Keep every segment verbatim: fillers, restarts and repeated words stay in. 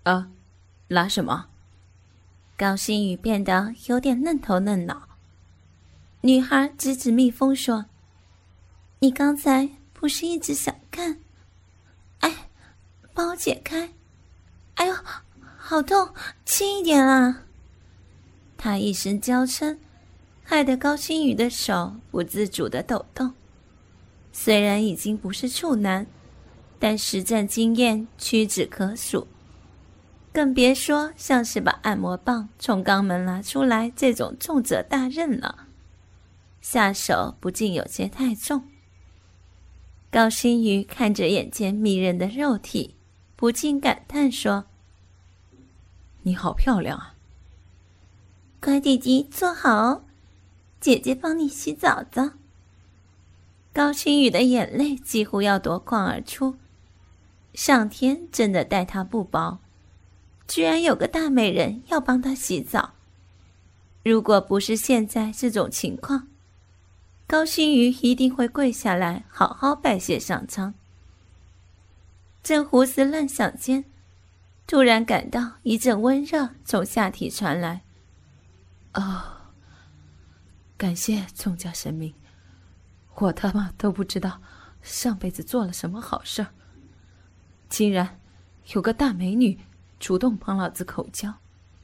啊，拉什么？ 高星宇变得有点愣头愣脑。女孩指指蜜蜂说：“你刚才不是一直想看？哎，帮我解开。哎呦，好痛，轻一点啊！”她一声娇嗔，害得高星宇的手不自主地抖动。虽然已经不是处男，但实战经验屈指可数，更别说像是把按摩棒从肛门拿出来这种重责大任了，下手不禁有些太重。高星宇看着眼前迷人的肉体，不禁感叹说：“ 你好漂亮啊！” 乖弟弟坐好，姐姐帮你洗澡的。高星宇的眼泪几乎要夺眶而出，上天真的待他不薄，居然有个大美人要帮他洗澡。如果不是现在这种情况，高星宇一定会跪下来好好拜谢上苍。正胡思乱想间，突然感到一阵温热从下体传来。 哦，感谢众家神明，我他妈都不知道上辈子做了什么好事儿，竟然有个大美女主动帮老子口交。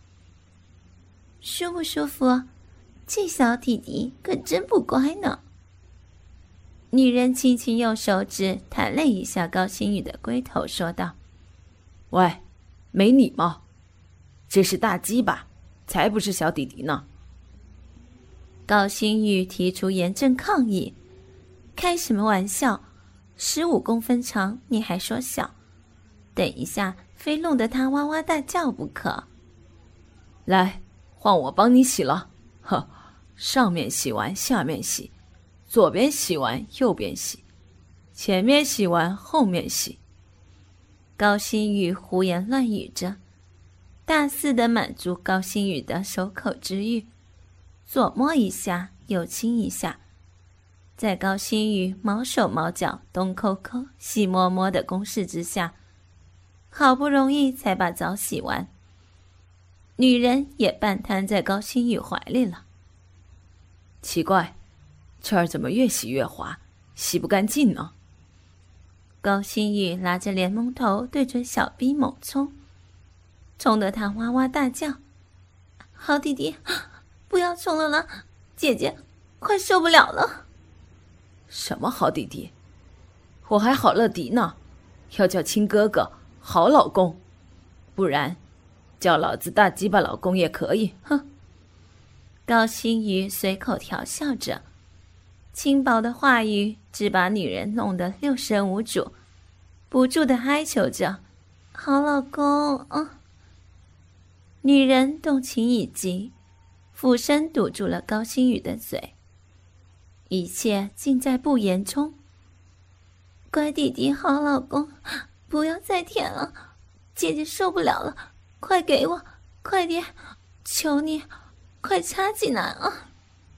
舒不舒服？这小弟弟可真不乖呢。女人轻轻用手指弹了一下高星宇的龟头，说道：“ 喂，没礼貌，这是大鸡巴，才不是小弟弟呢。” 高星宇提出严正抗议：“开什么玩笑？十五公分长，你还说小？等一下，非弄得他哇哇大叫不可。” 来，换我帮你洗了。呵，上面洗完下面洗，左边洗完右边洗，前面洗完后面洗。 高星宇胡言乱语着，大肆地满足高星宇的手口之欲，左摸一下右亲一下，在高星宇毛手毛脚东抠抠西摸摸的攻势之下，好不容易才把澡洗完。女人也半瘫在高星宇怀里了。 奇怪，这儿怎么越洗越滑，洗不干净呢？ 高星宇拿着莲蒙头对准小逼猛冲，冲得他哇哇大叫：“好弟弟，不要冲了啦，姐姐快受不了了！” 什么好弟弟？我还好乐迪呢，要叫亲哥哥、好老公，不然叫老子大鸡巴老公也可以。哼！ 高星宇随口调笑着，轻薄的话语只把女人弄得六神无主，不住地哀求着：“好老公啊！”女人动情已极，俯身堵住了高星宇的嘴。一切尽在不言中。乖弟弟，好老公，不要再舔了，姐姐受不了了，快给我，快点，求你，快插进来啊！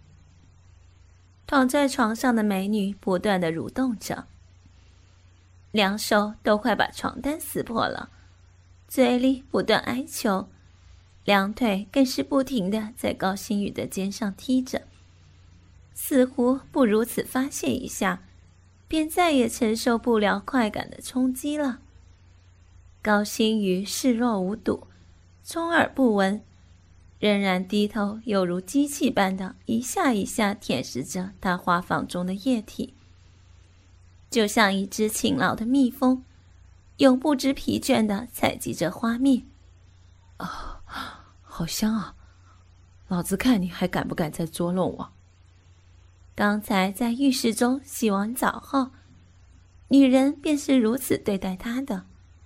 躺在床上的美女不断地蠕动着，两手都快把床单撕破了，嘴里不断哀求，两腿更是不停地在高星宇的肩上踢着，似乎不如此发泄一下，便再也承受不了快感的冲击了。高星宇视若无睹，充耳不闻，仍然低头犹如机器般的一下一下舔舐着他花房中的液体，就像一只勤劳的蜜蜂，永不知疲倦地采集着花蜜。 啊、哦，好香啊！老子看你还敢不敢再捉弄我？ 刚才在浴室中洗完澡后，女人便是如此对待他的。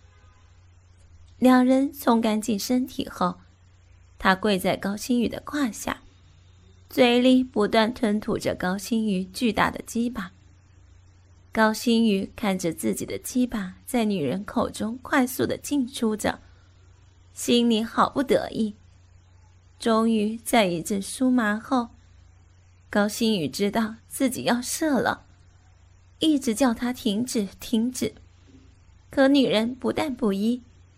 两人冲干净身体后，他跪在高星宇的胯下，嘴里不断吞吐着高星宇巨大的鸡巴。高星宇看着自己的鸡巴在女人口中快速地进出着，心里好不得意。终于在一阵酥麻后，高星宇知道自己要射了，一直叫他停止停止，可女人不但不依，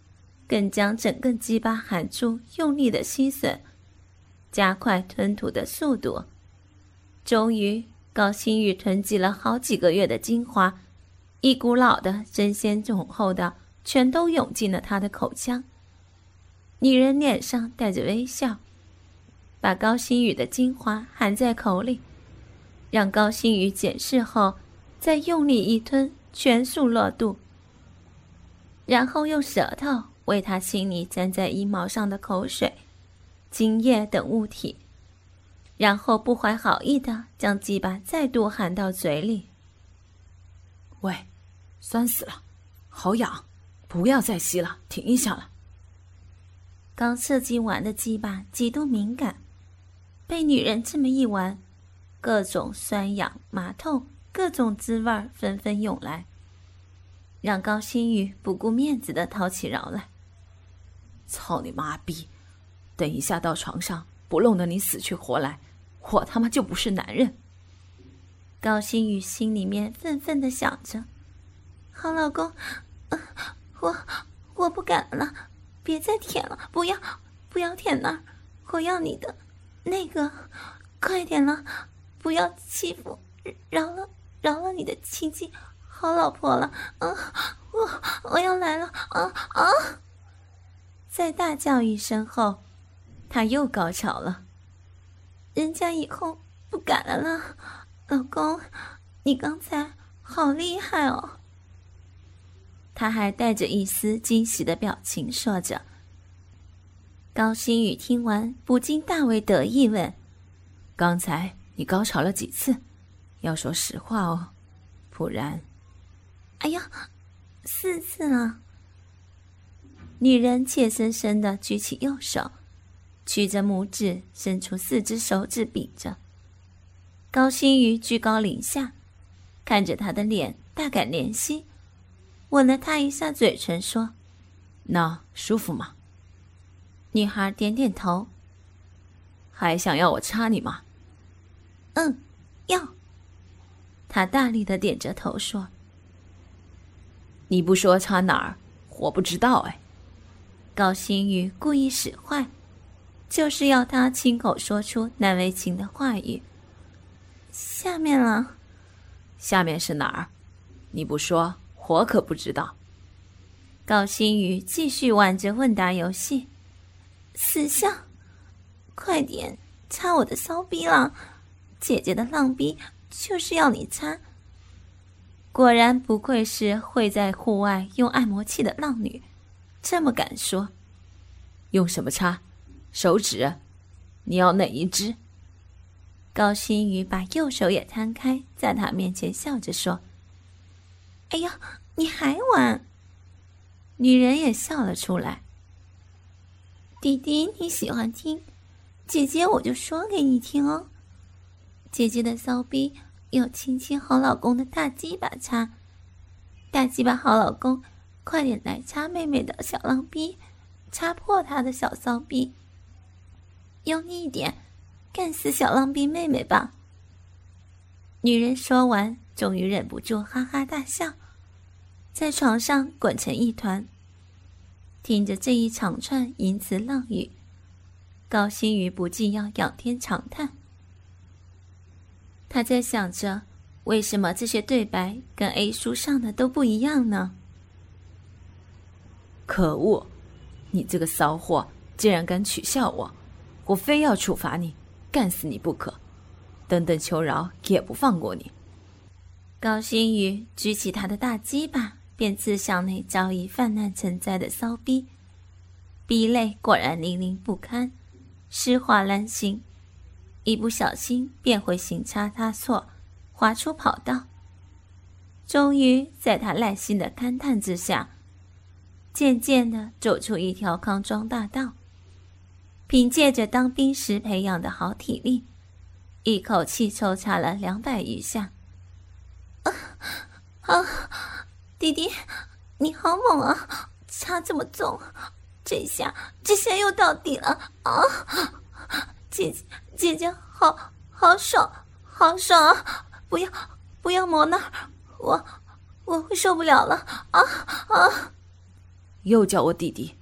更将整个鸡巴含住，用力的吸吮，加快吞吐的速度。终于，高星宇囤积了好几个月的精华，一股脑的真鲜浓厚的全都涌进了他的口腔。女人脸上带着微笑，把高星宇的精华含在口里，让高星宇检视后再用力一吞，全数落肚，然后用舌头为他清理粘在阴毛上的口水、精液等物体，然后不怀好意地将鸡巴再度含到嘴里。 喂，酸死了，好痒，不要再吸了，停一下了。 刚射击完的鸡巴极度敏感，被女人这么一玩，各种酸痒麻痛，各种滋味纷纷涌来，让高星宇不顾面子地掏起饶来。 操你妈逼，等一下到床上不弄得你死去活来，我他妈就不是男人。 高星宇心里面愤愤地想着，好老公，呃、我我不敢了，别再舔了，不要不要舔那儿，我要你的那个，快点了，不要欺负，饶了饶了你的亲亲好老婆了，嗯、呃，我我要来了，啊啊！在大叫一声后，他又高潮了。人家以后不敢了啦，老公，你刚才好厉害哦。他还带着一丝惊喜的表情说着。高星宇听完不禁大为得意，问： 刚才你高潮了几次？要说实话哦，不然…… 哎呀，四次了。女人怯生生地举起右手，曲着拇指，伸出四只手指比着。高星宇居高临下，看着她的脸，大感怜惜，吻了她一下嘴唇，说： 那舒服吗？ 女孩点点头。 还想要我插你吗？ 嗯，要。她大力地点着头说。 你不说插哪儿，我不知道哎。 高星宇故意使坏，就是要他亲口说出难为情的话语。下面了。 下面是哪儿？你不说，我可不知道。 高星宇继续玩着问答游戏。死相，快点插我的骚逼了，姐姐的浪逼就是要你插。果然不愧是会在户外用按摩器的浪女，这么敢说。 用什么插？手指？你要哪一只？ 高星宇把右手也摊开，在他面前笑着说：哎呀，你还玩？女人也笑了出来。弟弟你喜欢听，姐姐我就说给你听哦。姐姐的骚逼有亲亲好老公的大鸡巴插，大鸡巴好老公，快点来插妹妹的小浪逼，插破她的小骚逼，用力一点，干死小浪逼妹妹吧。女人说完，终于忍不住哈哈大笑，在床上滚成一团。听着这一长串淫词浪语，高星宇不禁要仰天长叹。他在想着，为什么这些对白跟 A 书上的都不一样呢？ 可恶，你这个骚货竟然敢取笑我，我非要处罚你，干死你不可，等等求饶也不放过你。 高星宇举起他的大鸡巴，便刺向那早已泛滥成灾的骚逼，逼泪果然淋漓不堪，湿滑难行，一不小心便会行差踏错，滑出跑道。终于在他耐心的勘探之下，渐渐地走出一条康庄大道，凭借着当兵时培养的好体力，一口气抽插了两百余下。啊啊！弟弟，你好猛啊！插这么重，这下这下又到底了啊！姐姐姐姐，好好爽，好爽啊！不要不要磨那儿，我我会受不了了啊啊！ 又叫我弟弟，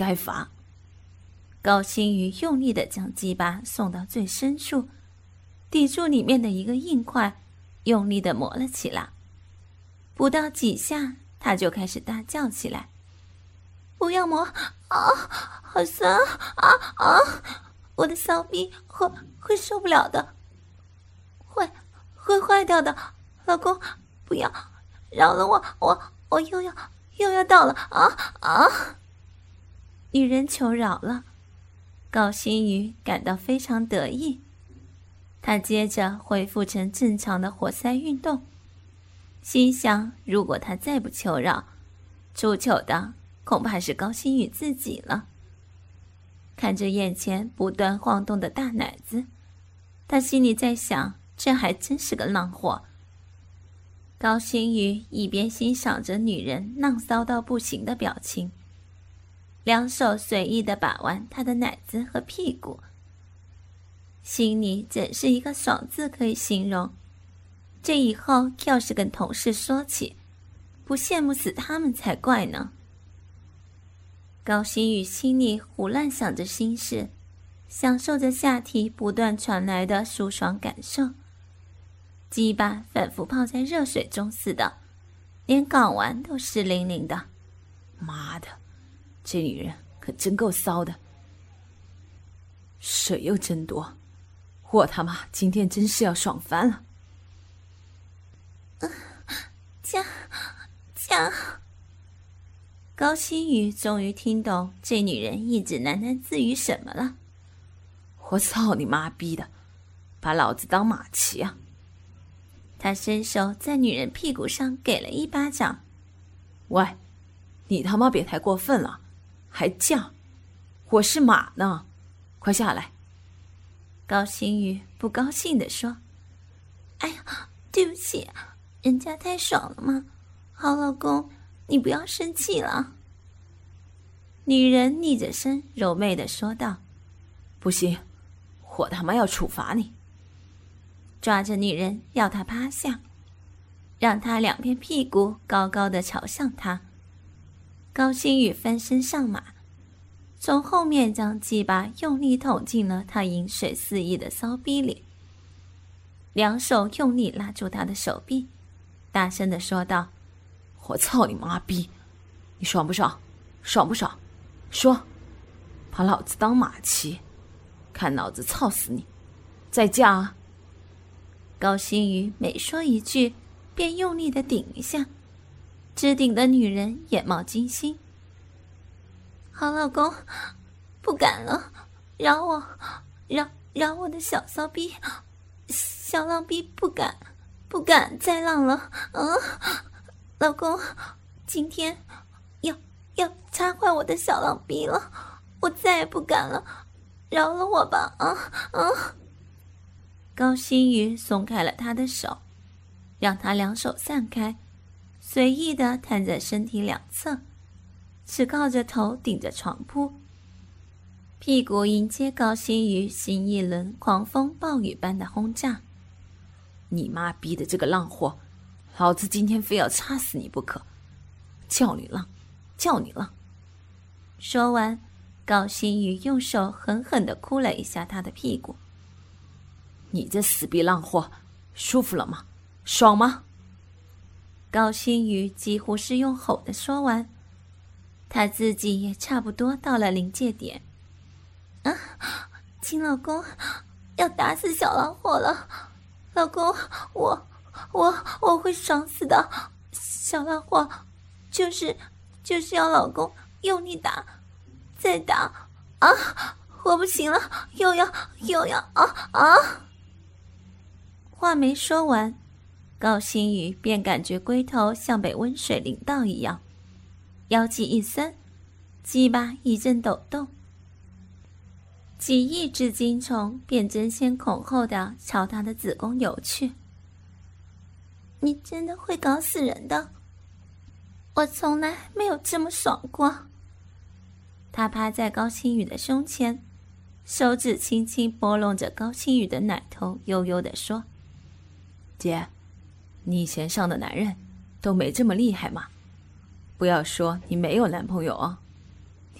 该罚。 高星宇用力地将鸡巴送到最深处，抵住里面的一个硬块，用力地磨了起来。不到几下，他就开始大叫起来：“不要磨啊，好酸啊啊！我的骚逼会会受不了的，会会坏掉的，老公，不要，饶了我，我我又要又要到了啊啊！”女人求饶了，高星宇感到非常得意。他接着恢复成正常的活塞运动，心想如果他再不求饶，出糗的恐怕是高星宇自己了。看着眼前不断晃动的大奶子，他心里在想，这还真是个浪货。高星宇一边欣赏着女人浪骚到不行的表情，两手随意地把玩她的奶子和屁股，心里真是一个爽字可以形容。这以后要是跟同事说起，不羡慕死他们才怪呢。高星宇心里胡乱想着心事，享受着下体不断传来的舒爽感受。鸡巴反复泡在热水中似的，连睾丸都湿淋淋的。 妈的，这女人可真够骚的，水又真多，我他妈今天真是要爽翻了。 加加！高星宇终于听懂这女人一直喃喃自语什么了。 我操你妈逼的，把老子当马骑啊！ 他伸手在女人屁股上给了一巴掌。 喂，你他妈别太过分了，还犟！我是马呢，快下来！ 高星宇不高兴地说：“哎呀，对不起，人家太爽了嘛。好老公，你不要生气了。”女人逆着身柔媚地说道：“ 不行，我他妈要处罚你！” 抓着女人要她趴下，让她两片屁股高高地朝向他。高星宇翻身上马，从后面将鸡巴用力捅进了他饮水肆意的骚逼里，两手用力拉住他的手臂，大声地说道：“ 我操你妈逼，你爽不爽？爽不爽？说，把老子当马骑，看老子操死你！再嫁啊！” 高星宇每说一句，便用力地顶一下，直顶的女人眼冒金星。好老公，不敢了，饶我，饶饶我的小骚逼，小浪逼不敢，不敢再浪了。嗯，老公，今天要要插坏我的小浪逼了，我再也不敢了，饶了我吧！啊啊！高星宇松开了他的手，让他两手散开，随意地摊在身体两侧，只靠着头顶着床铺，屁股迎接高星宇新一轮狂风暴雨般的轰炸。 你妈逼的这个浪货，老子今天非要插死你不可！叫你浪，叫你浪！ 说完，高星宇用手狠狠地箍了一下他的屁股。 你这死逼浪货，舒服了吗？爽吗？ 高星宇几乎是用吼的说完，他自己也差不多到了临界点。啊，亲老公，要打死小浪货了！老公，我我我会爽死的！小浪货，就是就是要老公用力打，再打！啊，我不行了，又要又要啊啊！话没说完，高星宇便感觉龟头像被温水淋到一样，腰际一酸，鸡巴一阵抖动，几亿只精虫便争先恐后地朝他的子宫游去。你真的会搞死人的，我从来没有这么爽过。他趴在高星宇的胸前，手指轻轻拨弄着高星宇的奶头，悠悠地说：“ 姐，你以前上的男人都没这么厉害吗？不要说你没有男朋友啊，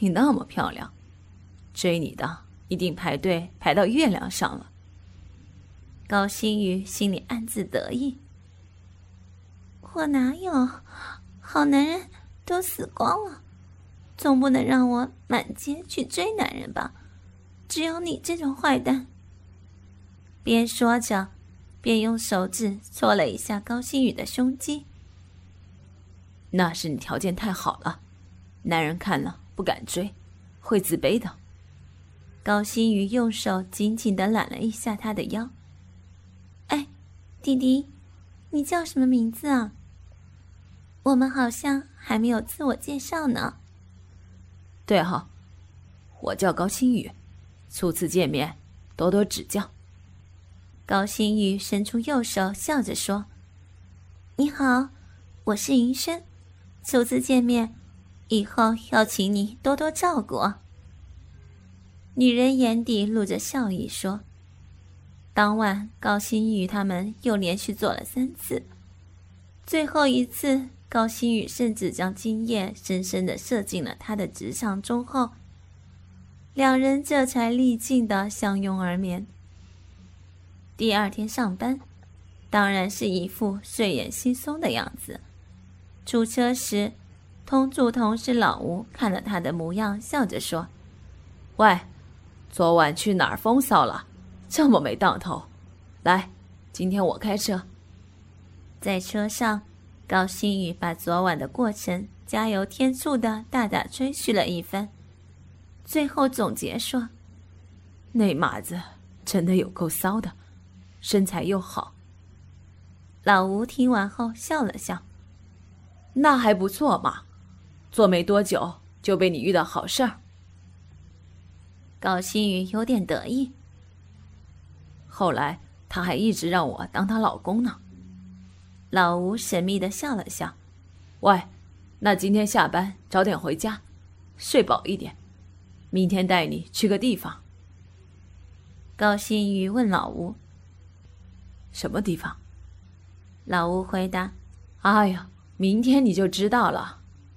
你那么漂亮，追你的一定排队排到月亮上了。 高星宇心里暗自得意。我哪有，好男人都死光了，总不能让我满街去追男人吧？只有你这种坏蛋。边说着，便用手指搓了一下高星宇的胸肌。 那是你条件太好了，男人看了不敢追，会自卑的。 高星宇用手紧紧地揽了一下他的腰。哎，弟弟，你叫什么名字啊？我们好像还没有自我介绍呢。 对哈，我叫高星宇，初次见面，多多指教。 高星宇伸出右手，笑着说：你好，我是云深，初次见面，以后要请你多多照顾。女人眼底露着笑意说。当晚高星宇他们又连续做了三次，最后一次高星宇甚至将精液深深地射进了他的直肠中后，两人这才历尽地相拥而眠。第二天上班，当然是一副睡眼惺忪的样子。出车时，同组同事老吴看了他的模样，笑着说： 喂，昨晚去哪儿风骚了？这么没当头。来，今天我开车。 在车上，高星宇把昨晚的过程加油添醋的大大吹嘘了一番，最后总结说： 那马子真的有够骚的，身材又好。 老吴听完后笑了笑： 那还不错嘛，做没多久就被你遇到好事儿。 高星宇有点得意。 后来他还一直让我当他老公呢。 老吴神秘地笑了笑： 喂，那今天下班早点回家，睡饱一点，明天带你去个地方。 高星宇问老吴： 什么地方？ 老吴回答： 哎呀，明天你就知道了。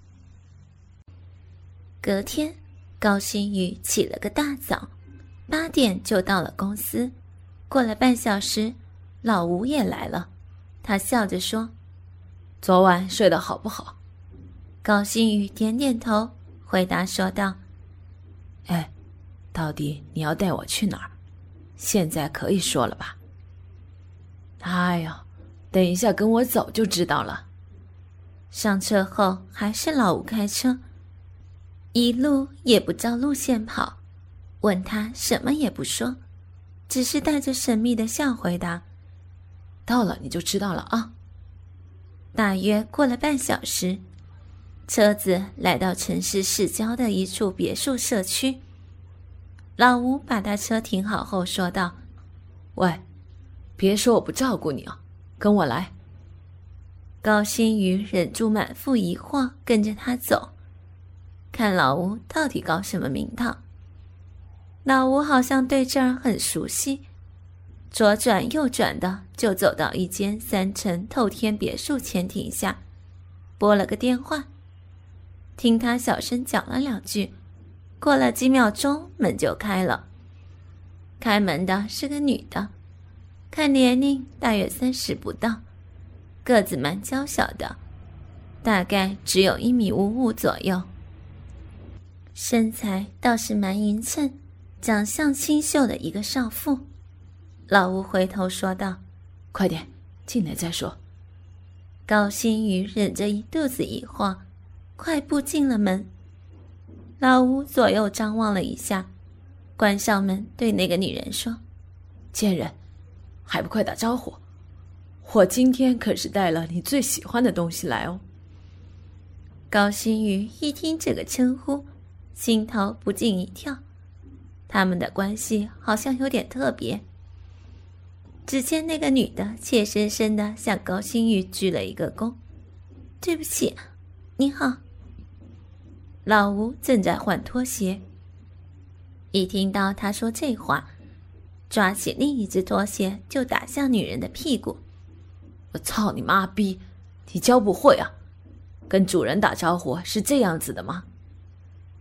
隔天，高星宇起了个大早，八点就到了公司。过了半小时，老吴也来了，他笑着说： 昨晚睡得好不好？ 高星宇点点头，回答说道： 哎，到底你要带我去哪儿？现在可以说了吧？哎呀，等一下跟我走就知道了。 上车后还是老吴开车，一路也不照路线跑，问他什么也不说，只是带着神秘的笑回答： 到了你就知道了啊。 大约过了半小时，车子来到城市市郊的一处别墅社区。老吴把他车停好后说道： 喂，别说我不照顾你啊，跟我来。 高星宇忍住满腹疑惑，跟着他走，看老吴到底搞什么名堂。老吴好像对这儿很熟悉，左转右转的就走到一间三层透天别墅前停下，拨了个电话。听他小声讲了两句，过了几秒钟门就开了。开门的是个女的，看年龄大约三十不到，个子蛮娇小的，大概只有一米五五左右，身材倒是蛮匀称，长相清秀的一个少妇。老吴回头说道： 快点进来再说。 高星宇忍着一肚子疑惑，快步进了门。老吴左右张望了一下，关上门对那个女人说： 贱人，还不快打招呼，我今天可是带了你最喜欢的东西来哦。 高星宇一听这个称呼，心头不禁一跳，他们的关系好像有点特别。只见那个女的怯生生地向高星宇鞠了一个躬：对不起，你好。老吴正在换拖鞋，一听到他说这话，抓起另一只拖鞋就打向女人的屁股。 我操你妈逼，你教不会啊？跟主人打招呼是这样子的吗？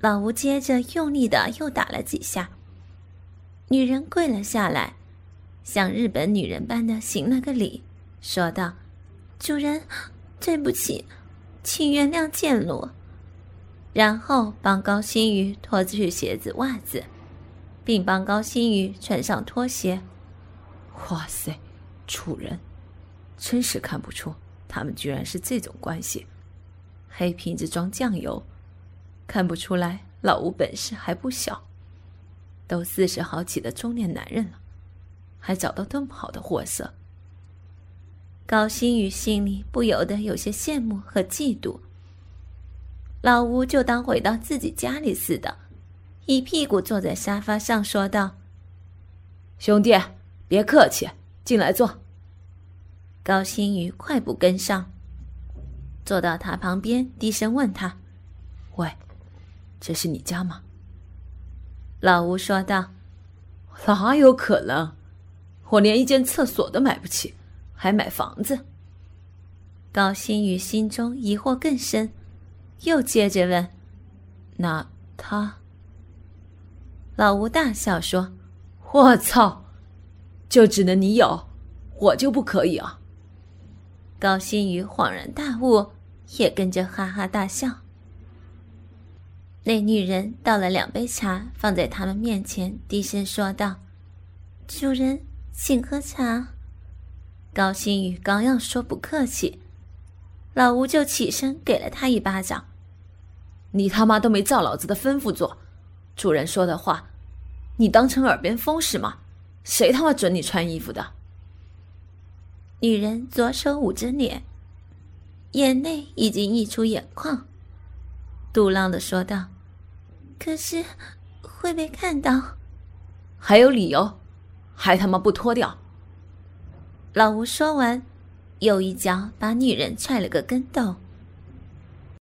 老吴接着用力的又打了几下，女人跪了下来，像日本女人般的行了个礼，说道：主人，对不起，请原谅贱奴。然后帮高星宇脱去鞋子袜子，并帮高星宇穿上拖鞋。 哇塞，主人，真是看不出他们居然是这种关系。黑瓶子装酱油，看不出来老吴本事还不小，都四十好几的中年男人了，还找到这么好的货色。 高星宇心里不由得有些羡慕和嫉妒。老吴就当回到自己家里似的，一屁股坐在沙发上说道： 兄弟，别客气，进来坐。 高星宇快步跟上，坐到他旁边，低声问他： 喂，这是你家吗？ 老吴说道： 哪有可能，我连一间厕所都买不起，还买房子。 高星宇心中疑惑更深，又接着问： 那他？ 老吴大笑说： 我操，就只能你有，我就不可以啊。 高星宇恍然大悟，也跟着哈哈大笑。那女人倒了两杯茶放在他们面前，低声说道：主人，请喝茶。高星宇刚要说不客气，老吴就起身给了他一巴掌： 你他妈都没照老子的吩咐做，主人说的话你当成耳边风是吗？谁他妈准你穿衣服的？ 女人左手捂着脸，眼泪已经溢出眼眶，嘟囔地说道：可是会被看到。 还有理由，还他妈不脱掉。 老吴说完，又一脚把女人踹了个跟斗。